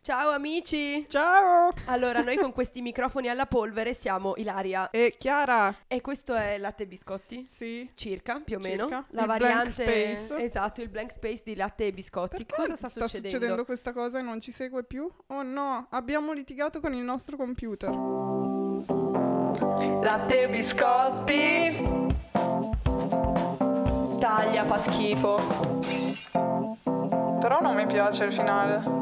Ciao amici! Ciao! Allora, noi con questi microfoni alla polvere siamo Ilaria E Chiara. e questo è Latte e Biscotti? Sì. Circa, più o meno. Circa. La Il variante, blank space. Esatto, il blank space di Latte e Biscotti. Perché Cosa sta succedendo? succedendo questa cosa e non ci segue più? Oh no, abbiamo litigato con il nostro computer. Latte e Biscotti! Taglia, fa schifo. Però non mi piace il finale.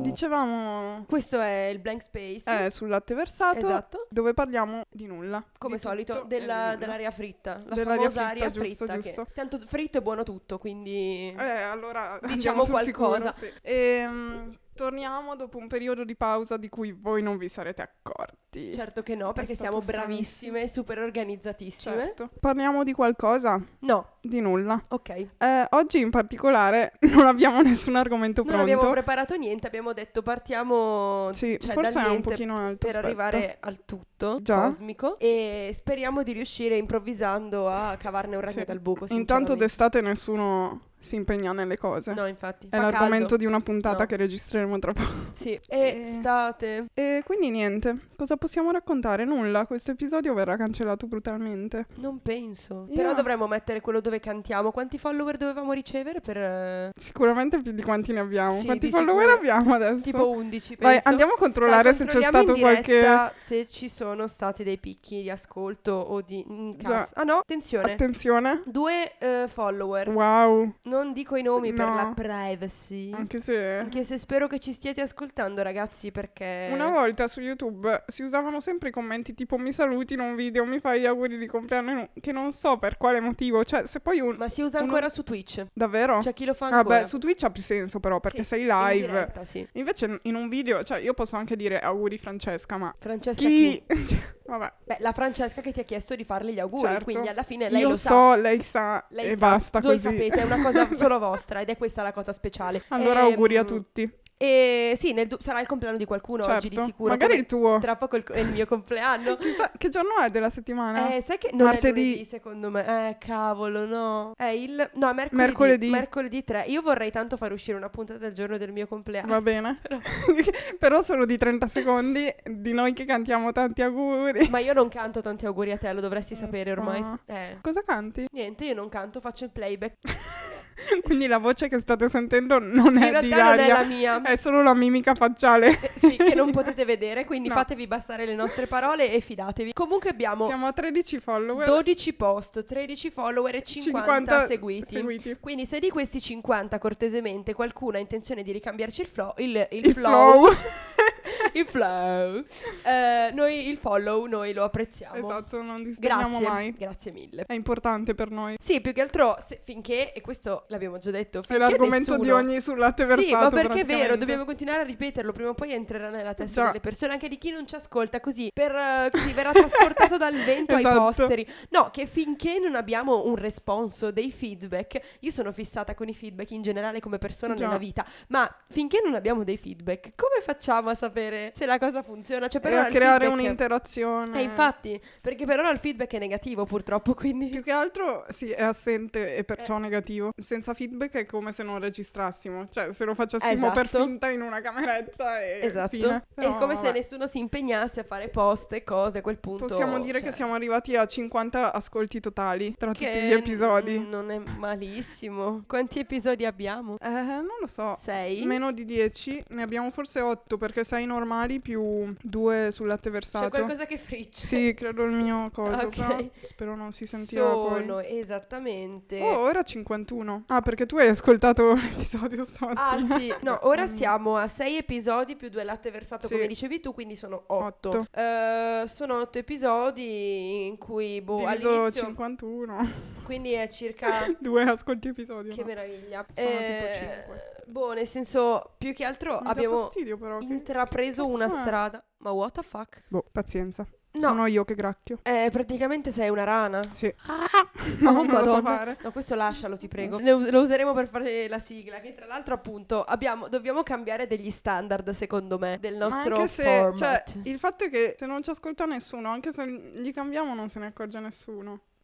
Dicevamo Questo è il blank space. sul latte versato, Esatto. dove parliamo di nulla. Come Di solito, tutto e di nulla. dell'aria fritta. La Dell'aria famosa aria fritta, fritta. giusto. Che, tanto fritto è buono tutto, quindi... Allora Diciamo andiamo sul qualcosa. sicuro, sì. Torniamo dopo un periodo di pausa di cui voi non vi sarete accorti. Certo che no, perché È stato siamo bravissime, super organizzatissime. Certo. Parliamo di qualcosa? No, Di nulla. ok. Oggi in particolare non abbiamo nessun argomento Non pronto. abbiamo preparato niente, abbiamo detto partiamo Sì, cioè, forse dal è un niente pochino alto. per aspetta. arrivare al tutto Già. cosmico e speriamo di riuscire improvvisando a cavarne un ragno Sì. dal buco. Intanto sinceramente. d'estate nessuno si impegna nelle cose. No, infatti. È fa l'argomento caldo. di una puntata No. che registreremo tra poco. Sì, estate. E quindi niente, cosa possiamo raccontare? Nulla, questo episodio verrà cancellato brutalmente. Non penso. Io- Però dovremmo mettere quello dove cantiamo. Quanti follower dovevamo ricevere per... Sicuramente più di quanti ne abbiamo. Sì, Quanti di follower sicuro. abbiamo adesso? Tipo 11, Vai, penso. andiamo a controllare Dai, se c'è controlliamo stato in qualche... diretta se ci sono stati dei picchi di ascolto o di... Già. Ah no, attenzione. Attenzione. 2 follower. Wow. Non dico i nomi per No. la privacy. Anche se... Anche se spero che ci stiate ascoltando, ragazzi, perché... Una volta su YouTube si usavano sempre i commenti tipo mi saluti in un video, mi fai gli auguri di compleanno, che non so per quale motivo. Cioè, se poi un... Ma si usa ancora su Twitch. Davvero? C'è chi lo fa ancora. Vabbè, su Twitch ha più senso però, perché Sì, sei in live. diretta, sì. Invece in un video, cioè io posso anche dire auguri Francesca, ma Francesca chi... chi? Vabbè, Beh, la Francesca che ti ha chiesto di farle gli auguri, certo. quindi alla fine lei io lo so, lei sa Lei e sa, basta voi così. sapete, è una cosa solo vostra ed è questa la cosa speciale. Allora auguri a tutti. E sì, sarà il compleanno di qualcuno oggi di Certo. sicuro. Magari come il tuo. Tra poco è il mio compleanno. Chissà, che giorno è della settimana? Sai che non Martedì. è lunedì secondo me. Cavolo, no. È il... No, è Mercoledì. Mercoledì 3. Io vorrei tanto far uscire una puntata il giorno del mio compleanno. Va bene. Però solo di 30 secondi di noi che cantiamo tanti auguri. Ma io non canto tanti auguri a te, lo dovresti sapere ormai. Fa. Cosa canti? Niente, io non canto, faccio il playback. Quindi la voce che state sentendo non In è realtà di non è Ilaria, la mia. è solo la mimica facciale. Sì, che non potete vedere, quindi No. fatevi bastare le nostre parole e fidatevi. Comunque abbiamo Siamo a 13 follower. 12 post, 13 follower e 50 seguiti. Quindi se di questi 50 cortesemente qualcuno ha intenzione di ricambiarci il flow, il flow, il flow, noi il follow, noi lo apprezziamo. Esatto, non disdegniamo mai. Grazie mille. È importante per noi. Sì, più che altro finché, e questo l'abbiamo già detto, È finché l'argomento di nessuno... ogni sul latte versato. Sì, ma perché è vero, praticamente. dobbiamo continuare a ripeterlo, prima o poi entrerà nella testa Già. delle persone, anche di chi non ci ascolta, così così verrà trasportato dal vento ai Esatto. posteri. No, che finché non abbiamo un responso, dei feedback, io sono fissata con i feedback in generale come persona Già. nella vita, ma finché non abbiamo dei feedback, come facciamo a sapere se la cosa funziona? Cioè, per E ora a il creare feedback- un'interazione. infatti, perché per ora il feedback è negativo purtroppo, quindi... Più che altro sì, è assente e perciò negativo. Senza feedback è come se non registrassimo. Cioè, se lo facessimo per Esatto. finta in una cameretta e Esatto, fine. Però, è come se vabbè. nessuno si impegnasse a fare post e cose, a quel punto... Possiamo dire cioè, che siamo arrivati a 50 ascolti totali tra che tutti gli episodi. Non è malissimo. Quanti episodi abbiamo? Non lo so. 6? Meno di 10, ne abbiamo forse 8 perché 6 normali più 2 sul latte versato. C'è qualcosa che friccia. Sì, credo il mio coso, Ok. però spero non si sentiva poi. Sono esattamente... Oh, ora 51. Ah, perché tu hai ascoltato l'episodio stamattina. Ah sì, no, ora siamo a 6 episodi più 2 latte versato Sì. come dicevi tu, quindi sono 8. Otto. Sono 8 episodi in cui, Diviso all'inizio, 51. quindi è circa... 2 ascolti episodio. Che no? meraviglia. Sono tipo 5. Boh, nel senso, più che altro Mi dà abbiamo fastidio però. intrapreso una cazzo è? strada. Ma what the fuck? Boh, pazienza. No. Sono io che gracchio. Praticamente sei una rana. Sì. No, No, non lo so Madonna. fare. No, questo lascialo, ti prego. Lo useremo per fare la sigla, che tra l'altro appunto dobbiamo cambiare degli standard, secondo me, del nostro Ma anche se, format. cioè, il fatto è che se non ci ascolta nessuno, anche se gli cambiamo non se ne accorge nessuno.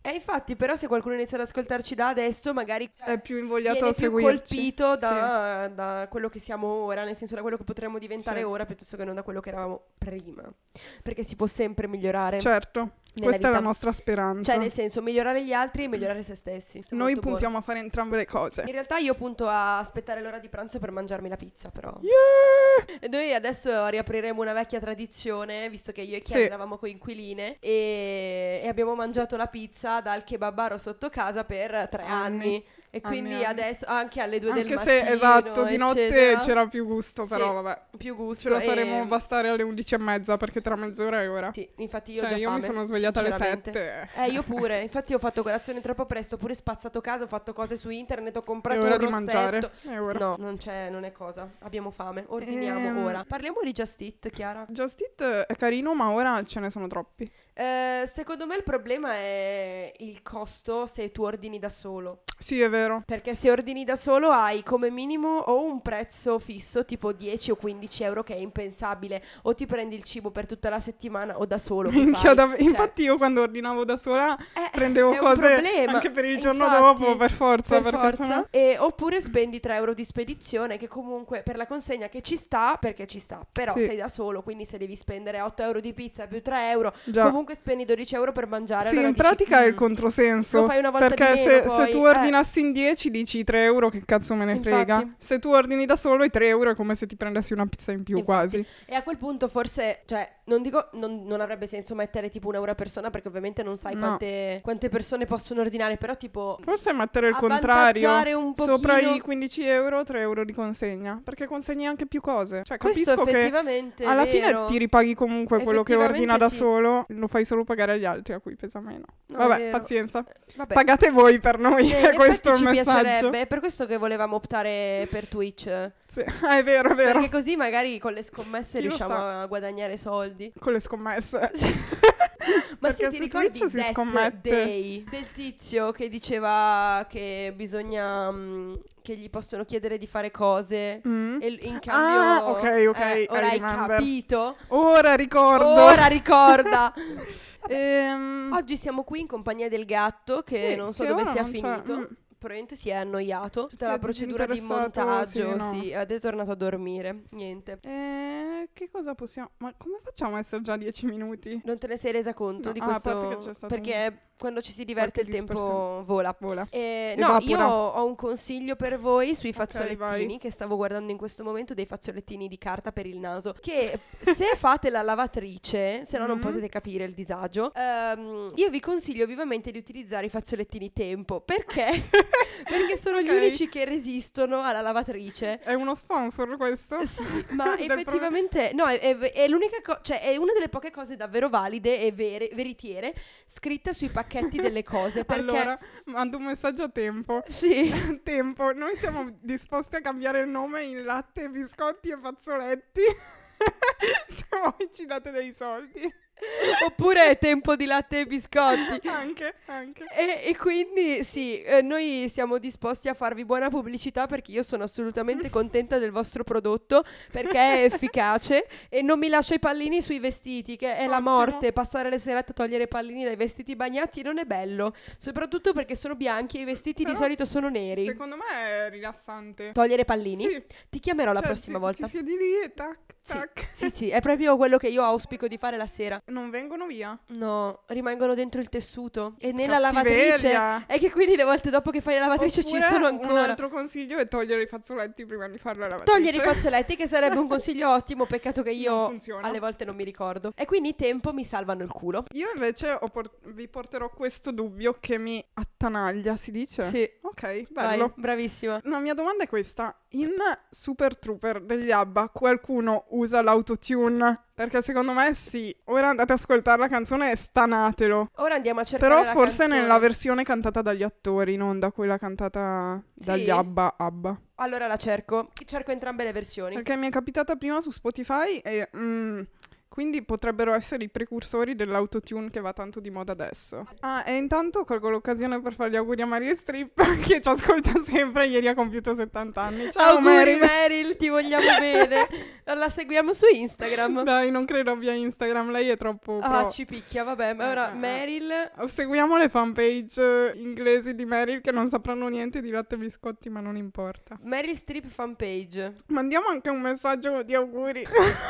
Infatti, però se qualcuno inizia ad ascoltarci da adesso, magari è più invogliato a seguirci. Più colpito da quello che siamo ora, nel senso da quello che potremmo diventare ora, piuttosto che non da quello che eravamo prima. Perché si può sempre migliorare. Certo. Questa è la nostra speranza. Cioè, nel senso, migliorare gli altri e migliorare se stessi. Noi puntiamo a fare entrambe le cose. In realtà io punto a aspettare l'ora di pranzo per mangiarmi la pizza, però. E noi adesso riapriremo una vecchia tradizione, visto che io e Chiara eravamo coinquiline e abbiamo mangiato la pizza dal kebabaro sotto casa per 3 anni. E quindi adesso anche alle 2 del mattino, anche se esatto di notte c'era più gusto, però vabbè, più gusto, ce lo faremo bastare alle 11:30 perché tra mezz'ora è ora. Sì, infatti io ho già fame, mi sono svegliata alle 7. Io pure, infatti ho fatto colazione troppo presto, ho pure spazzato casa, ho fatto cose su internet, ho comprato un rossetto. È ora di mangiare. È ora. No, non è cosa, abbiamo fame, ordiniamo ora. Parliamo di Just Eat, Chiara. Just Eat è carino, ma ora ce ne sono troppi. Secondo me il problema è il costo se tu ordini da solo. Sì, è vero. Perché se ordini da solo hai come minimo o un prezzo fisso tipo 10 o 15 euro, che è impensabile, o ti prendi il cibo per tutta la settimana o da solo. Infatti io quando ordinavo da sola prendevo cose anche per il giorno dopo, per forza. Sennò... oppure spendi 3 euro di spedizione, che comunque per la consegna che ci sta, perché ci sta, però sei da solo, quindi se devi spendere 8 euro di pizza più 3 euro, comunque spendi 12 euro per mangiare. Sì, allora in pratica è il controsenso. Lo fai una volta perché di meno, se tu ordinassi in 10 dici 3 euro, che cazzo me ne frega. Se tu ordini da solo i 3 euro è come se ti prendessi una pizza in più. Quasi. E a quel punto forse, cioè, non dico, non avrebbe senso mettere tipo 1 euro a persona, perché ovviamente non sai quante persone possono ordinare, però tipo forse mettere il contrario, un pochino... sopra i 15 euro 3 euro di consegna, perché consegni anche più cose. Cioè questo capisco effettivamente che alla fine ti ripaghi comunque quello che ordina da solo, lo fai solo pagare agli altri a cui pesa meno. Vabbè, pazienza. Pagate voi per noi, questo è il messaggio. Piacerebbe, è per questo che volevamo optare per Twitch. Sì, è vero. Perché così magari con le scommesse riusciamo a guadagnare soldi. Con le scommesse. Ma se ti ricordi That Day del tizio che diceva che bisogna che gli possono chiedere di fare cose e in cambio ok, ora hai capito? Ora ricorda. Oggi siamo qui in compagnia del gatto che non so dove sia finito. Probabilmente si è annoiato. Tutta la procedura di montaggio, ed è tornato a dormire. Niente. Che cosa possiamo... Ma come facciamo a essere già 10 minuti? Non te ne sei resa conto di questo? A parte che c'è stato perché quando ci si diverte il tempo vola. No, io ho un consiglio per voi sui fazzolettini che stavo guardando in questo momento, dei fazzolettini di carta per il naso, che se fate la lavatrice, se no non potete capire il disagio, io vi consiglio vivamente di utilizzare i fazzolettini Tempo. Perché? Perché sono gli unici che resistono alla lavatrice. È uno sponsor questo? Sì, ma effettivamente no, è l'unica cioè è una delle poche cose davvero valide e veritiere scritte sui pacchetti delle cose. Perché... Allora, mando un messaggio a Tempo. Sì. Tempo, noi siamo disposti a cambiare il nome in latte, biscotti e fazzoletti se voi ci date dei soldi. Oppure Tempo di latte e biscotti. Anche. E quindi sì, noi siamo disposti a farvi buona pubblicità, perché io sono assolutamente contenta del vostro prodotto, perché è efficace e non mi lascia i pallini sui vestiti, che è la morte. Passare le serate a togliere i pallini dai vestiti bagnati non è bello, soprattutto perché sono bianchi e i vestiti di solito sono neri. Secondo me è rilassante togliere pallini. Sì. Ti chiamerò la prossima volta. Ti siedi lì e tac. Sì, è proprio quello che io auspico di fare la sera. Non vengono via? No, rimangono dentro il tessuto e nella lavatrice. È che quindi le volte dopo che fai la lavatrice ci sono ancora. Un altro consiglio è togliere i fazzoletti prima di fare la lavatrice. Togliere i fazzoletti, che sarebbe un consiglio ottimo, peccato che io alle volte non mi ricordo. E quindi Tempo mi salvano il culo. Io invece vi porterò questo dubbio che mi attanaglia, si dice? Sì. Ok, bello. Vai, bravissima. La mia domanda è questa. In Super Trooper degli ABBA qualcuno usa l'autotune? Perché secondo me sì. Ora andate ad ascoltare la canzone e stanatelo. Ora andiamo a cercare la canzone. Però forse nella versione cantata dagli attori, non da quella cantata dagli ABBA. Allora la cerco entrambe le versioni. Perché mi è capitata prima su Spotify e... quindi potrebbero essere i precursori dell'autotune che va tanto di moda adesso. E intanto colgo l'occasione per fare gli auguri a Meryl Streep che ci ascolta sempre. Ieri ha compiuto 70 anni. Ciao auguri Meryl, ti vogliamo bene. La seguiamo su Instagram. Dai, non credo abbia Instagram, lei è troppo ci picchia, vabbè. Ma ora Meryl, seguiamo le fanpage inglesi di Meryl che non sapranno niente di latte e biscotti, ma non importa. Meryl Streep fanpage. Mandiamo anche un messaggio di auguri.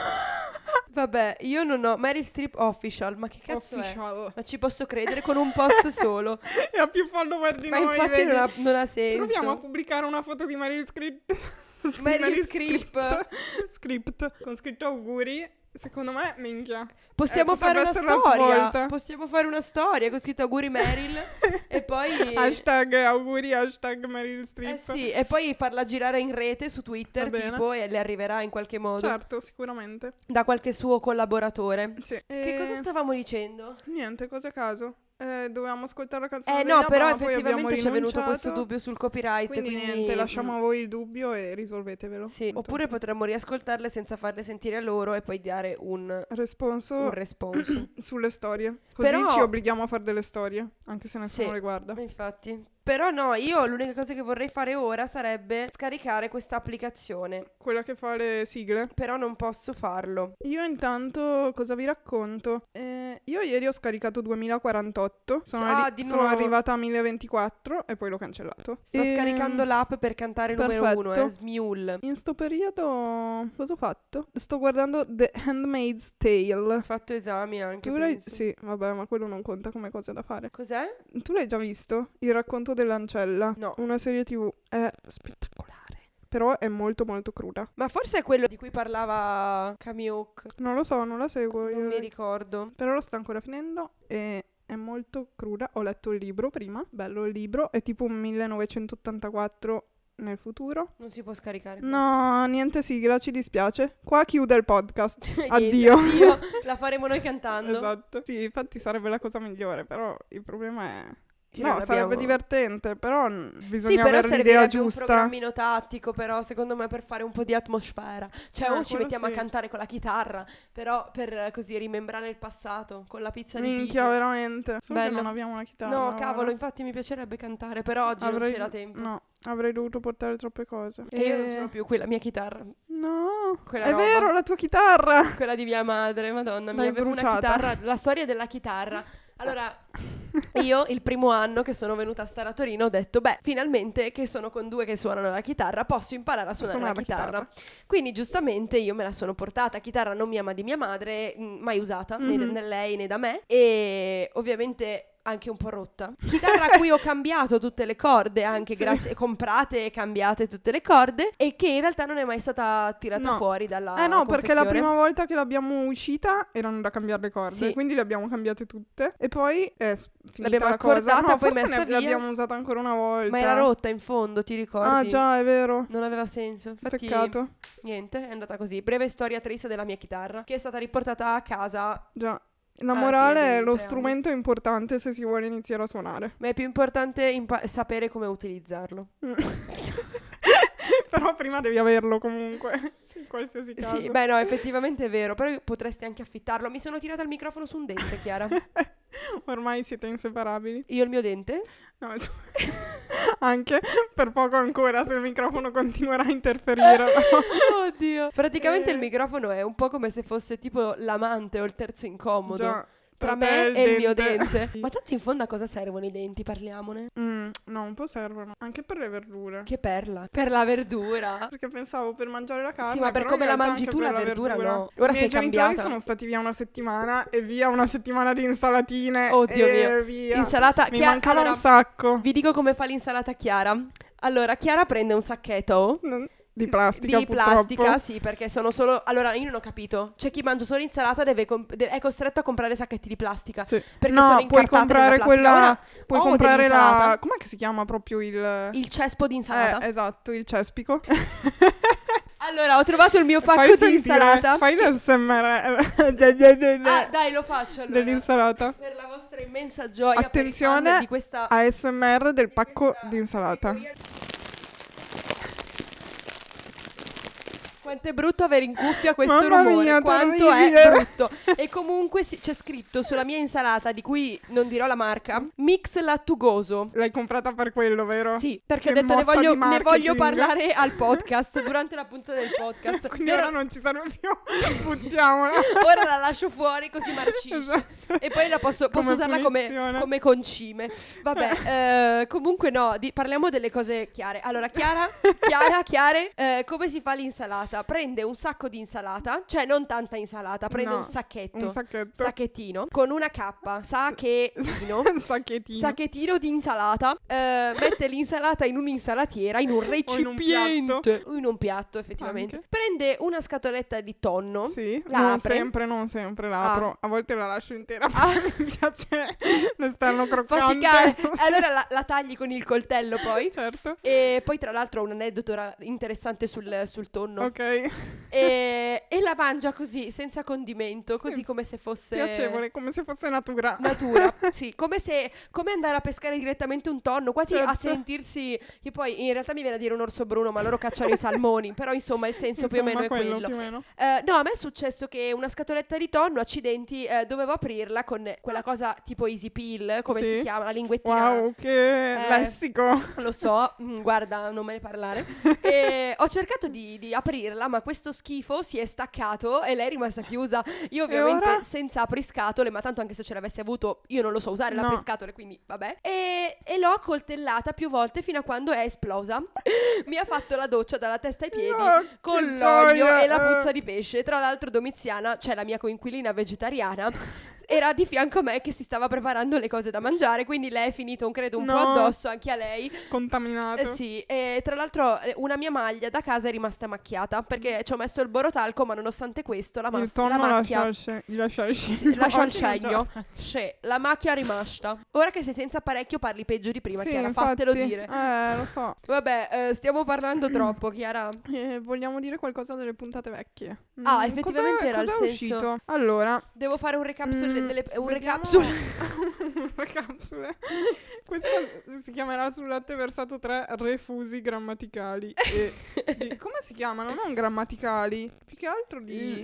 Vabbè, io non ho Meryl Streep official, ma che cazzo official. è? Ma ci posso credere con un post solo? E ha più follower di ma noi, infatti non ha senso. Proviamo a pubblicare una foto di Meryl Streep. Meryl Streep script con scritto auguri. Secondo me, minchia. Possiamo fare una storia. Possiamo fare una storia con scritto auguri Meryl e poi hashtag auguri, hashtag Meryl Streep. Sì, e poi farla girare in rete su Twitter tipo e le arriverà in qualche modo. Certo, sicuramente. Da qualche suo collaboratore. Sì. Che cosa stavamo dicendo? Niente, cose a caso. Dovevamo ascoltare la canzone no, però poi effettivamente ci è venuto questo dubbio sul copyright. Quindi niente, lasciamo a voi il dubbio e risolvetevelo. Sì, oppure potremmo riascoltarle senza farle sentire a loro e poi dare un responso sulle storie. Così però ci obblighiamo a fare delle storie, anche se nessuno le guarda. Infatti. Però no, io l'unica cosa che vorrei fare ora sarebbe scaricare questa applicazione. Quella che fa le sigle? Però non posso farlo. Io intanto cosa vi racconto? Io ieri ho scaricato 2048, sono arrivata a 1024 e poi l'ho cancellato. Sto scaricando l'app per cantare il numero 1, Smule. In sto periodo cosa ho fatto? Sto guardando The Handmaid's Tale. Ho fatto esami anche. Sì, vabbè, ma quello non conta come cosa da fare. Cos'è? Tu l'hai già visto? Il racconto dell'ancella? No. Una serie TV. È spettacolare. Però è molto molto cruda. Ma forse è quello di cui parlava Kamiuk. Non lo so, non la seguo. Non mi ricordo. Però lo sto ancora finendo e è molto cruda. Ho letto il libro prima. Bello il libro. È tipo un 1984 nel futuro. Non si può scaricare. No, niente sigla, ci dispiace. Qua chiude il podcast. Addio. Addio. La faremo noi cantando. Esatto. Sì, infatti sarebbe la cosa migliore. Però il problema è... No, sarebbe divertente, però bisogna avere l'idea giusta. Un programmino tattico, però secondo me per fare un po' di atmosfera. Cioè o ci mettiamo a cantare con la chitarra, però per così rimembrare il passato con la pizza di minchia, veramente. Solo bello. Che non abbiamo una chitarra. No, cavolo, infatti mi piacerebbe cantare, però oggi non c'era tempo. No, avrei dovuto portare troppe cose. E io non ce l'ho più, qui la mia chitarra. No, è vero, la tua chitarra. Quella di mia madre, madonna mia, avevo una chitarra, la storia della chitarra. Allora, io il primo anno che sono venuta a stare a Torino ho detto, finalmente che sono con due che suonano la chitarra, posso imparare a suonare la chitarra. Quindi giustamente io me la sono portata, chitarra non mia ma di mia madre, mai usata, né lei né da me, e ovviamente anche un po' rotta. Chitarra a cui ho cambiato tutte le corde, anche grazie, comprate e cambiate tutte le corde, e che in realtà non è mai stata tirata fuori dalla confezione. Perché la prima volta che l'abbiamo uscita erano da cambiare le corde, quindi le abbiamo cambiate tutte e poi è finita l'abbiamo la cosa. No, poi messa via. L'abbiamo usata ancora una volta. Ma era rotta in fondo, ti ricordi? Ah già, è vero. Non aveva senso. Infatti, peccato. Niente, è andata così. Breve storia triste della mia chitarra, che è stata riportata a casa. Già. La morale è lo strumento importante se si vuole iniziare a suonare. Ma è più importante sapere come utilizzarlo. Però prima devi averlo comunque, in qualsiasi caso. Sì, no, effettivamente è vero, però potresti anche affittarlo. Mi sono tirata il microfono su un dente, Chiara. Ormai siete inseparabili. Io il mio dente? No, tu... Anche per poco ancora, se il microfono continuerà a interferire. Oddio. Praticamente il microfono è un po' come se fosse tipo l'amante o il terzo incomodo. Già. Tra me e il mio dente. Ma tanto in fondo a cosa servono i denti? Parliamone. No, un po' servono. Anche per le verdure. Che perla? Per la verdura? Perché pensavo per mangiare la carne. Sì, ma per come la mangi tu la verdura no. Ora sei cambiata. I miei genitori sono stati via una settimana e via una settimana di insalatine. Oddio mio. Via. Insalata. Mi mancava un sacco. Vi dico come fa l'insalata Chiara. Allora, Chiara prende un sacchetto. Di plastica, plastica, sì, perché sono solo... Allora, io non ho capito. C'è chi mangia solo insalata è costretto a comprare sacchetti di plastica. Sì. Perché no, sono puoi comprare quella... Puoi comprare la... Com'è che si chiama proprio il... Il cespo di insalata. Esatto, il cespico. Allora, ho trovato il mio pacco di insalata. Fai l'ASMR. Dai, lo faccio allora. Dell'insalata. Per la vostra immensa gioia. Attenzione, di questa... ASMR del pacco di insalata. Quanto è brutto avere in cuffia questo Mamma rumore, mia, quanto terribile. è brutto. E comunque c'è scritto sulla mia insalata, di cui non dirò la marca, Mix Lattugoso. L'hai comprata per quello, vero? Sì, perché Che ho detto ne mossa di voglio marketing. parlare al podcast, durante la puntata del podcast. Quindi ora non ci serve più, buttiamola. Ora la lascio fuori così marcisce. Esatto. E poi la posso Come usarla punizione. come concime. Vabbè, comunque no, parliamo delle cose chiare. Allora, Chiare, come si fa l'insalata? Prende un sacco di insalata, cioè non tanta insalata, prende un sacchettino, con una cappa, sacchettino di insalata, mette l'insalata in un'insalatiera, in un recipiente, o in un piatto effettivamente. Anche. Prende una scatoletta di tonno, Sì, la non apre. sempre l'apro. A volte la lascio intera, mi piace l'esterno Fa croccante. piccare. Allora la tagli con il coltello poi. Certo. E poi tra l'altro ho un aneddoto interessante sul tonno. Ok. E la mangia così, senza condimento, Sì. così come se fosse Piacevole, come se fosse natura. Sì, come andare a pescare direttamente un tonno, quasi Certo. a sentirsi. Che poi in realtà mi viene a dire un orso bruno, ma loro cacciano i salmoni. Però insomma il senso più o meno è quello. Più o meno. No, a me è successo che una scatoletta di tonno, accidenti, dovevo aprirla con quella cosa tipo Easy Peel, come Sì. si chiama, la linguettina. Wow, che lessico. Lo so, guarda, non me ne parlare. E ho cercato di aprirla, ma questo schifo si è staccato e lei è rimasta chiusa. Io ovviamente ora? senza apriscatole, ma tanto anche se ce l'avessi avuto, io non lo so usare No. l'apriscatole, quindi vabbè. E l'ho accoltellata più volte fino a quando è esplosa. Mi ha fatto la doccia dalla testa ai piedi con che l'olio gioia, e la puzza di pesce. Tra l'altro Domiziana, cioè la mia coinquilina vegetariana, era di fianco a me che si stava preparando le cose da mangiare, quindi lei è finito credo un po' addosso anche a lei. Contaminato. Sì, e tra l'altro una mia maglia da casa è rimasta macchiata perché ci ho messo il borotalco, ma nonostante questo la Il tonno macchia lascia il lascia il segno. Sì, la macchia è rimasta. Ora che sei senza apparecchio parli peggio di prima, Sì, Chiara, infatti. fatelo dire. Lo so. Vabbè, stiamo parlando troppo, Chiara. Vogliamo dire qualcosa delle puntate vecchie? Effettivamente era il cos'è senso. uscito? Allora, Devo fare un recapsule vediamo- recapsule. Recapsule. Questa si chiamerà sul latte versato 3 refusi grammaticali. Come si chiamano? Non grammaticali, più che altro di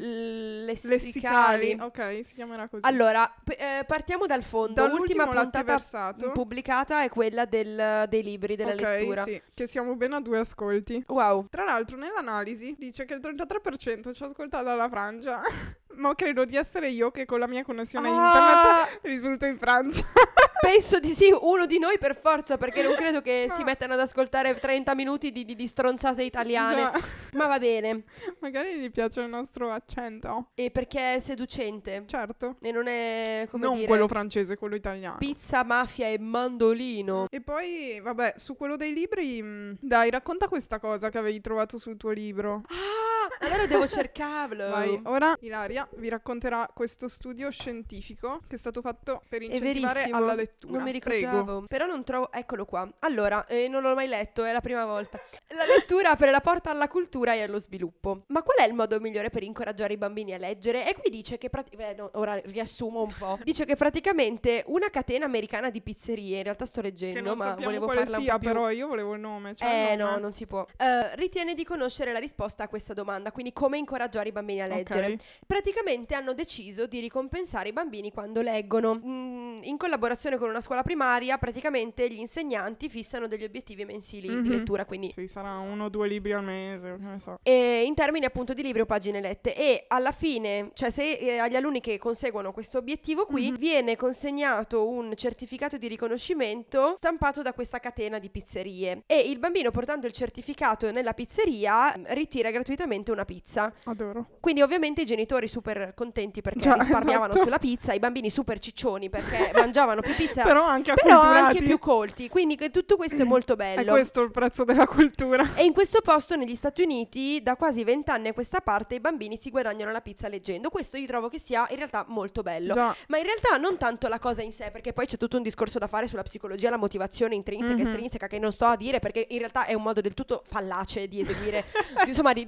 Lessicali. Ok, si chiamerà così. Allora, partiamo dal fondo. Dall'ultimo L'ultima latte puntata versato. pubblicata è quella dei libri, della lettura. Sì, che siamo ben a 2 ascolti. Wow. Tra l'altro nell'analisi dice che il 33% ci ha ascoltato dalla Francia. Ma credo di essere io che con la mia connessione internet risulto in Francia. Penso di sì, uno di noi per forza, perché non credo che si mettano ad ascoltare 30 minuti di stronzate italiane. Già. Ma va bene. Magari gli piace il nostro accento. E perché è seducente. Certo. E non è, come Non dire, quello francese, quello italiano. pizza, mafia e mandolino. E poi, vabbè, su quello dei libri, dai, racconta questa cosa che avevi trovato sul tuo libro. Allora devo cercarlo. Vai, ora Ilaria vi racconterà questo studio scientifico che è stato fatto per È incentivare verissimo. alla lettura. Non mi Prego. ricordavo. Però non trovo. Eccolo qua. Allora, non l'ho mai letto, è la prima volta. La lettura apre la porta alla cultura e allo sviluppo. Ma qual è il modo migliore per incoraggiare i bambini a leggere? E qui dice che ora riassumo un po'. Dice che praticamente una catena americana di pizzerie, in realtà sto Che leggendo, non ma sappiamo volevo quale farla sia, un po' più. però io volevo il nome. Cioè il nome. No, non si può. Ritiene di conoscere la risposta a questa domanda, quindi come incoraggiare i bambini a leggere. Ok. Praticamente hanno deciso di ricompensare i bambini quando leggono. In collaborazione con una scuola primaria, praticamente gli insegnanti fissano degli obiettivi mensili di lettura, quindi Sì, sarà 1 o 2 libri al mese, che ne so. in termini appunto di libri o pagine lette, e alla fine, cioè se agli alunni che conseguono questo obiettivo qui viene consegnato un certificato di riconoscimento stampato da questa catena di pizzerie, e il bambino, portando il certificato nella pizzeria, ritira gratuitamente una pizza. Adoro. Quindi ovviamente i genitori super contenti perché Già, risparmiavano esatto. sulla pizza, i bambini super ciccioni perché mangiavano più pizza, Però anche però acculturati. anche più colti, quindi tutto questo è molto È bello. questo il prezzo della cultura. E in questo posto negli Stati Uniti da quasi 20 anni a questa parte i bambini si guadagnano la pizza leggendo. Questo io trovo che sia in realtà molto bello. Già. Ma in realtà non tanto la cosa in sé, perché poi c'è tutto un discorso da fare sulla psicologia, la motivazione intrinseca e estrinseca, che non sto a dire perché in realtà è un modo del tutto fallace di eseguire, insomma di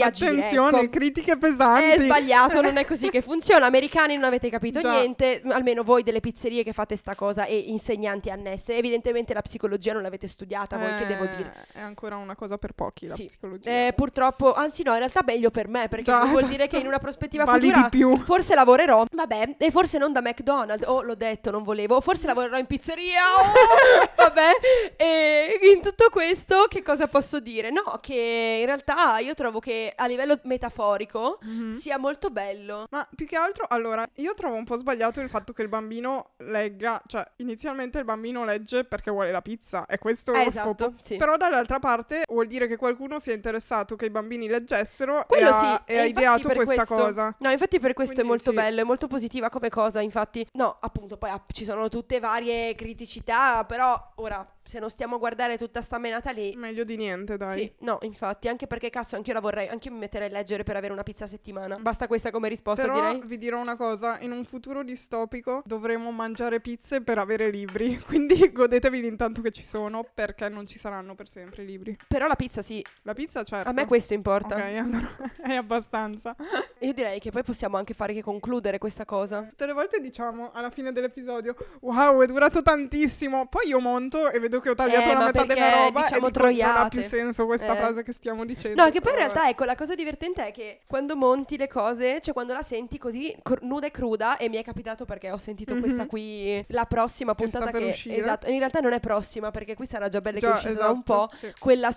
di agire. Attenzione, ecco. critiche pesanti. È sbagliato, non è così che funziona. Americani, non avete capito niente, almeno voi delle pizzerie che fate sta cosa e insegnanti annesse. Evidentemente la psicologia non l'avete studiata, voi che devo dire. È ancora una cosa per pochi la psicologia. Purtroppo, anzi no, in realtà meglio per me, perché vuol dire che in una prospettiva vali futura di più. Forse lavorerò, vabbè, e forse non da McDonald's, l'ho detto, non volevo, forse lavorerò in pizzeria, vabbè, e in tutto questo che cosa posso dire? No, che in realtà io trovo che a livello metaforico sia molto bello. Ma più che altro, allora, io trovo un po' sbagliato il fatto che il bambino legga, cioè inizialmente il bambino legge perché vuole la pizza, è questo lo scopo. Sì. Però dall'altra parte vuol dire che qualcuno si è interessato che i bambini leggessero e ha ideato questa cosa. No, infatti per questo Quindi è molto bello, è molto positiva come cosa, infatti. No, appunto, poi ci sono tutte varie criticità, però ora se non stiamo a guardare tutta sta menata lì, meglio di niente, dai. Sì, no, infatti, anche perché cazzo, anch'io la vorrei, anch'io mi metterei a leggere per avere una pizza a settimana. Basta questa come risposta, però, direi. vi dirò una cosa, in un futuro distopico dovremo mangiare pizze per avere libri, quindi godetevi l'intanto che ci sono, perché non ci saranno per sempre i libri. Però la pizza sì. La pizza certo. A me questo importa. Ok, allora è abbastanza. Io direi che poi possiamo anche fare che concludere questa cosa. Tutte le volte diciamo alla fine dell'episodio wow, è durato tantissimo, poi io monto e vedo che ho tagliato la metà della roba, diciamo, e dico, non ha più senso questa frase che stiamo dicendo. No, che poi in realtà ecco, la cosa divertente è che quando monti le cose, cioè quando la senti così nuda e cruda, e mi è capitato perché ho sentito questa qui, la prossima puntata che esatto, in realtà non è prossima perché qui sarà già bella che è uscita da un po', quella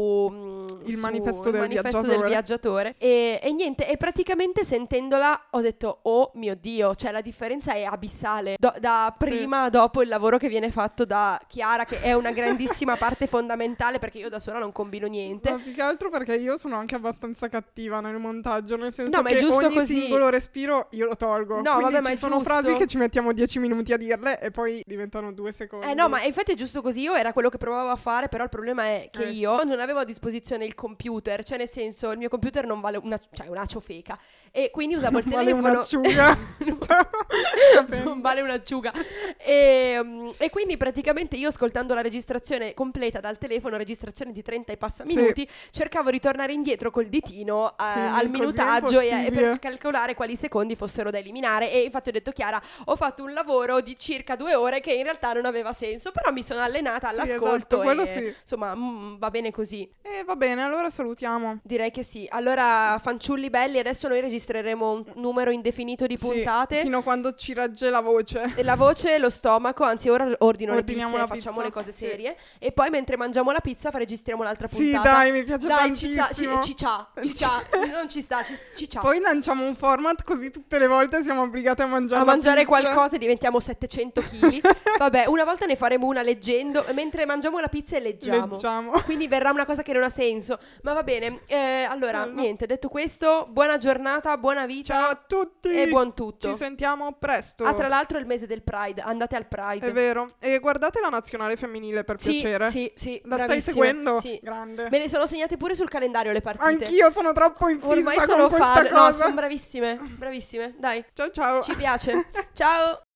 su il manifesto del viaggiatore e niente, e praticamente sentendola ho detto oh mio Dio, cioè la differenza è abissale da prima a dopo il lavoro che viene fatto da Chiara, che è una grandissima parte fondamentale, perché io da sola non combino niente. Ma più che altro perché io sono anche abbastanza cattiva nel montaggio, nel senso che ogni così. Singolo respiro io lo tolgo. No, quindi vabbè, ci sono frasi che ci mettiamo 10 minuti a dirle e poi diventano 2 secondi. No, ma infatti è giusto così, io era quello che provavo a fare, però il problema è che io non avevo a disposizione il computer, cioè nel senso il mio computer non vale una ciofeca, e quindi usavo il telefono. Vale un'acciuga. Non vale un'acciuga. E quindi praticamente io, ascoltando la registrazione completa dal telefono, registrazione di 30 e passa minuti, cercavo di tornare indietro col ditino al minutaggio e per calcolare quali secondi fossero da eliminare, e infatti ho detto Chiara, ho fatto un lavoro di circa 2 ore che in realtà non aveva senso, però mi sono allenata all'ascolto, insomma va bene così. E va bene, allora salutiamo. Direi che sì. Allora, fanciulli belli, adesso noi registreremo un numero indefinito di puntate, fino a quando ci regge la voce. E la voce e lo stomaco, anzi ora ordiniamo le pizze e facciamo le cose serie, e poi mentre mangiamo la pizza registriamo l'altra puntata. Sì, dai, mi piace tantissimo. Ciccia, non ci sta, ciccia. Poi lanciamo un format così tutte le volte siamo obbligate a mangiare qualcosa e diventiamo 700 kg. Vabbè, una volta ne faremo una leggendo, mentre mangiamo la pizza e leggiamo. Quindi verrà una cosa che non ha senso. Ma va bene, allora, niente, detto questo, buona giornata, buona vita. Ciao a tutti. E buon tutto. Ci sentiamo presto. Tra l'altro è il mese del Pride, andate al Pride. È vero. E guardate la nazionale femminile per piacere. Sì. La stai seguendo? Sì. Grande. Me le sono segnate pure sul calendario le partite. Anch'io sono troppo in fissa ormai con sono questa cosa. No, sono bravissime. Dai. Ciao. Ci piace. Ciao.